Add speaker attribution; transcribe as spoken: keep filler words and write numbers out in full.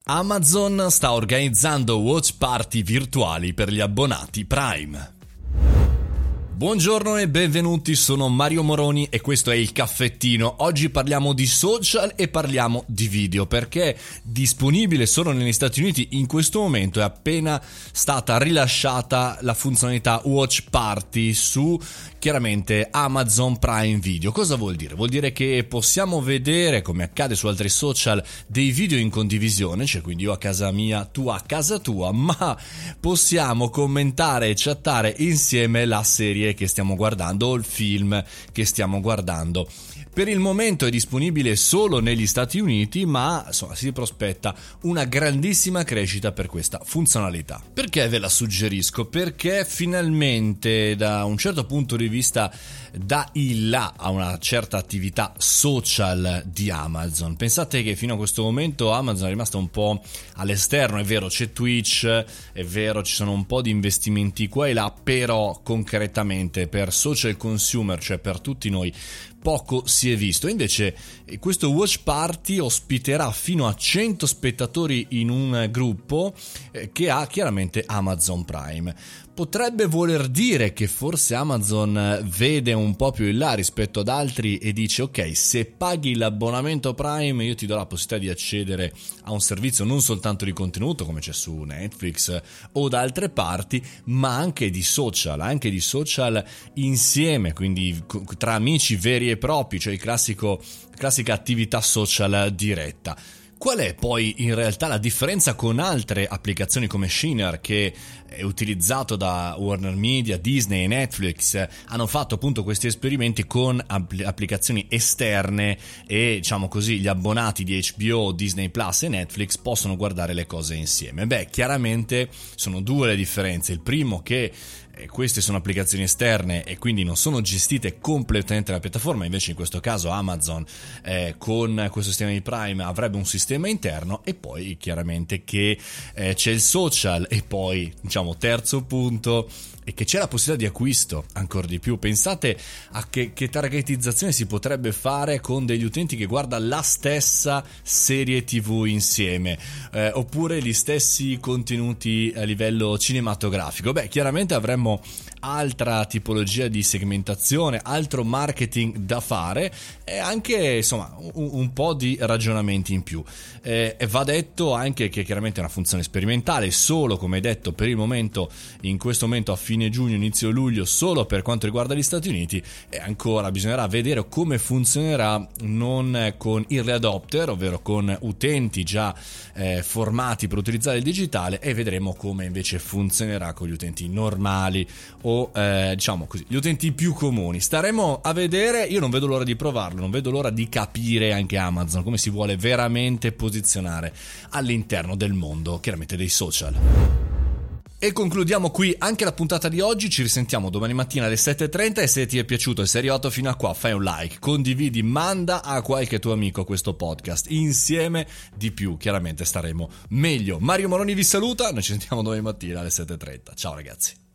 Speaker 1: Amazon sta organizzando watch party virtuali per gli abbonati Prime. Buongiorno e benvenuti, sono Mario Moroni e questo è il caffettino. Oggi parliamo di social e parliamo di video perché disponibile solo negli Stati Uniti in questo momento è appena stata rilasciata la funzionalità Watch Party su chiaramente Amazon Prime Video. Cosa vuol dire? Vuol dire che possiamo vedere, come accade su altri social, dei video in condivisione, cioè quindi io a casa mia, tu a casa tua, ma possiamo commentare e chattare insieme la serie che stiamo guardando o il film che stiamo guardando. Per il momento è disponibile solo negli Stati Uniti, ma insomma si prospetta una grandissima crescita per questa funzionalità. Perché ve la suggerisco? Perché finalmente da un certo punto di vista dà il là a una certa attività social di Amazon. Pensate che fino a questo momento Amazon è rimasta un po' all'esterno, è vero c'è Twitch, è vero ci sono un po' di investimenti qua e là, però concretamente per social consumer, cioè per tutti noi, poco si è visto. Invece questo watch party ospiterà fino a cento spettatori in un gruppo che ha chiaramente Amazon Prime. Potrebbe voler dire che forse Amazon vede un po' più in là rispetto ad altri e dice ok, se paghi l'abbonamento Prime io ti do la possibilità di accedere a un servizio non soltanto di contenuto come c'è su Netflix o da altre parti, ma anche di social, anche di social insieme, quindi tra amici veri e propri, cioè il classico, classica attività social diretta. Qual è poi in realtà la differenza con altre applicazioni come Shiner, che è utilizzato da Warner Media, Disney e Netflix? Hanno fatto appunto questi esperimenti con app- applicazioni esterne e diciamo così gli abbonati di H B O, Disney Plus e Netflix possono guardare le cose insieme. Beh, chiaramente sono due le differenze. Il primo che queste sono applicazioni esterne e quindi non sono gestite completamente dalla piattaforma, invece in questo caso Amazon eh, con questo sistema di Prime avrebbe un sistema interno, e poi chiaramente che eh, c'è il social, e poi diciamo terzo punto è che c'è la possibilità di acquisto ancora di più. Pensate a che, che targetizzazione si potrebbe fare con degli utenti che guardano la stessa serie tv insieme eh, oppure gli stessi contenuti a livello cinematografico. Beh, chiaramente avremmo altra tipologia di segmentazione, altro marketing da fare e anche insomma un, un po' di ragionamenti in più. Eh, e va detto anche che chiaramente è una funzione sperimentale, solo come detto per il momento, in questo momento a fine giugno, inizio luglio, solo per quanto riguarda gli Stati Uniti, e ancora bisognerà vedere come funzionerà non con early adopter, ovvero con utenti già eh, formati per utilizzare il digitale, e vedremo come invece funzionerà con gli utenti normali o eh, diciamo così gli utenti più comuni. Staremo a vedere, io non vedo l'ora di provarlo, non vedo l'ora di capire anche Amazon come si vuole veramente posizionare all'interno del mondo chiaramente dei social. E concludiamo qui anche la puntata di oggi. Ci risentiamo domani mattina alle sette e trenta, e se ti è piaciuto e sei arrivato fino a qua fai un like, condividi, manda a qualche tuo amico questo podcast. Insieme di più chiaramente staremo meglio. Mario Moroni vi saluta, noi ci sentiamo domani mattina alle sette e trenta. Ciao ragazzi.